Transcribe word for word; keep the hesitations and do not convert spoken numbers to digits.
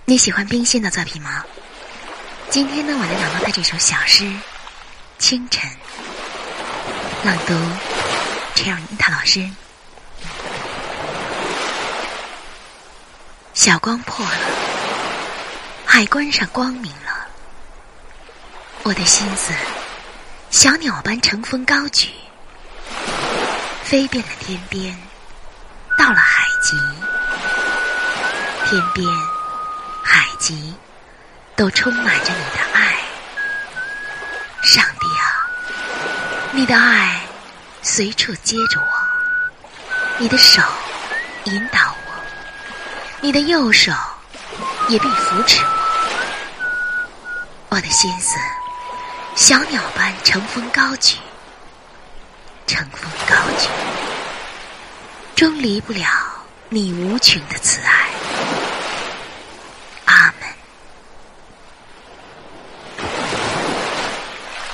你喜欢冰心的作品吗？今天呢，我来朗读的这首小诗《清晨》，朗读陈咏樱塔老师。小光破了，海关上光明了，我的心思小鸟般乘风高举，飞遍了天边，到了海极，天边海极都充满着你的爱。上帝啊，你的爱随处接着我，你的手引导我，你的右手也必扶持我。我的心思小鸟般乘风高举，乘风高举，终离不了你无穷的慈爱。